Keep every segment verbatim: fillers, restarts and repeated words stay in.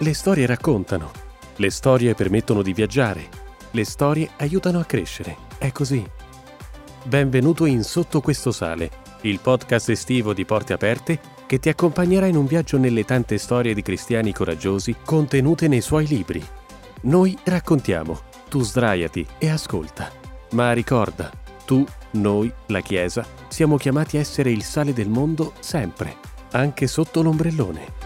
Le storie raccontano, le storie permettono di viaggiare, le storie aiutano a crescere, è così. Benvenuto in Sotto questo sale, il podcast estivo di Porte Aperte che ti accompagnerà in un viaggio nelle tante storie di cristiani coraggiosi contenute nei suoi libri. Noi raccontiamo, tu sdraiati e ascolta. Ma ricorda, tu, noi, la Chiesa, siamo chiamati a essere il sale del mondo sempre, anche sotto l'ombrellone.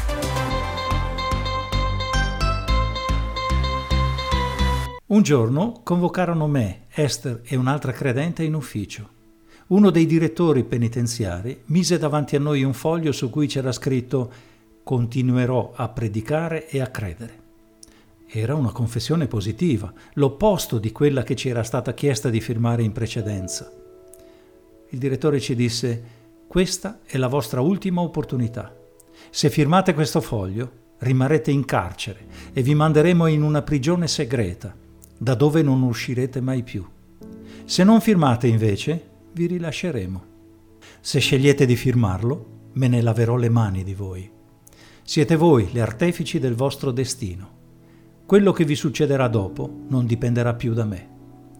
Un giorno convocarono me, Esther e un'altra credente in ufficio. Uno dei direttori penitenziari mise davanti a noi un foglio su cui c'era scritto «Continuerò a predicare e a credere». Era una confessione positiva, l'opposto di quella che ci era stata chiesta di firmare in precedenza. Il direttore ci disse «Questa è la vostra ultima opportunità. Se firmate questo foglio, rimarrete in carcere e vi manderemo in una prigione segreta, da dove non uscirete mai più. Se non firmate invece, vi rilasceremo. Se scegliete di firmarlo, me ne laverò le mani di voi. Siete voi gli artefici del vostro destino. Quello che vi succederà dopo non dipenderà più da me».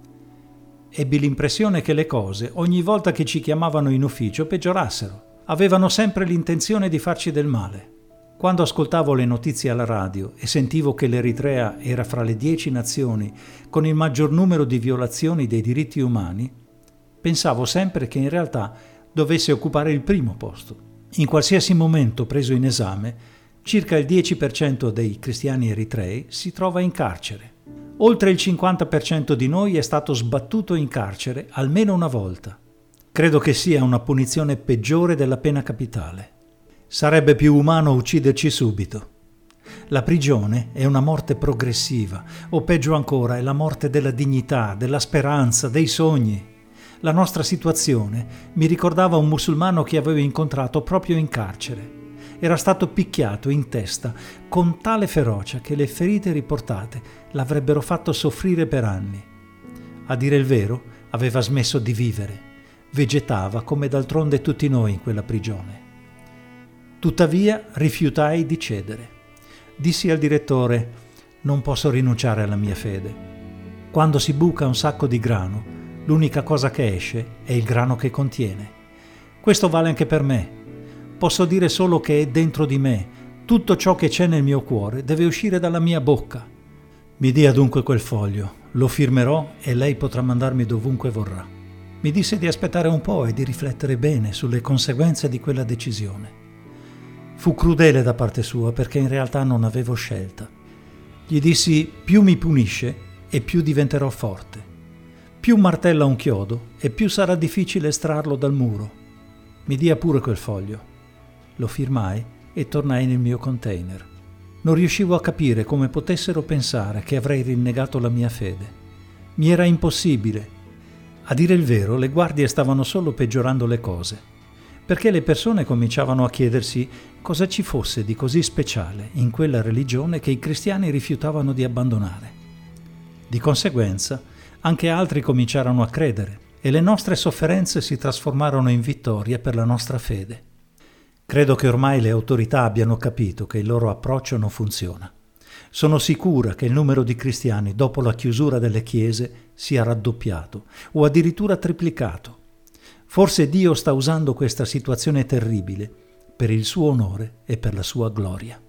Ebbi l'impressione che le cose, ogni volta che ci chiamavano in ufficio, peggiorassero. Avevano sempre l'intenzione di farci del male. Quando ascoltavo le notizie alla radio e sentivo che l'Eritrea era fra le dieci nazioni con il maggior numero di violazioni dei diritti umani, pensavo sempre che in realtà dovesse occupare il primo posto. In qualsiasi momento preso in esame, circa il dieci per cento dei cristiani eritrei si trova in carcere. Oltre il cinquanta per cento di noi è stato sbattuto in carcere almeno una volta. Credo che sia una punizione peggiore della pena capitale. Sarebbe più umano ucciderci subito. La prigione è una morte progressiva, o peggio ancora è la morte della dignità, della speranza, dei sogni. La nostra situazione mi ricordava un musulmano che avevo incontrato proprio in carcere. Era stato picchiato in testa con tale ferocia che le ferite riportate l'avrebbero fatto soffrire per anni. A dire il vero, aveva smesso di vivere. Vegetava come d'altronde tutti noi in quella prigione. Tuttavia rifiutai di cedere. Dissi al direttore: «Non posso rinunciare alla mia fede. Quando si buca un sacco di grano, l'unica cosa che esce è il grano che contiene. Questo vale anche per me. Posso dire solo che è dentro di me. Tutto ciò che c'è nel mio cuore deve uscire dalla mia bocca». Mi dia dunque quel foglio, lo firmerò e lei potrà mandarmi dovunque vorrà. Mi disse di aspettare un po' e di riflettere bene sulle conseguenze di quella decisione. Fu crudele da parte sua perché in realtà non avevo scelta. Gli dissi: più mi punisce e più diventerò forte. Più martella un chiodo e più sarà difficile estrarlo dal muro. Mi dia pure quel foglio. Lo firmai e tornai nel mio container. Non riuscivo a capire come potessero pensare che avrei rinnegato la mia fede. Mi era impossibile. A dire il vero, le guardie stavano solo peggiorando le cose, perché le persone cominciavano a chiedersi cosa ci fosse di così speciale in quella religione che i cristiani rifiutavano di abbandonare. Di conseguenza, anche altri cominciarono a credere e le nostre sofferenze si trasformarono in vittoria per la nostra fede. Credo che ormai le autorità abbiano capito che il loro approccio non funziona. Sono sicura che il numero di cristiani dopo la chiusura delle chiese sia raddoppiato o addirittura triplicato. Forse Dio sta usando questa situazione terribile per il suo onore e per la sua gloria.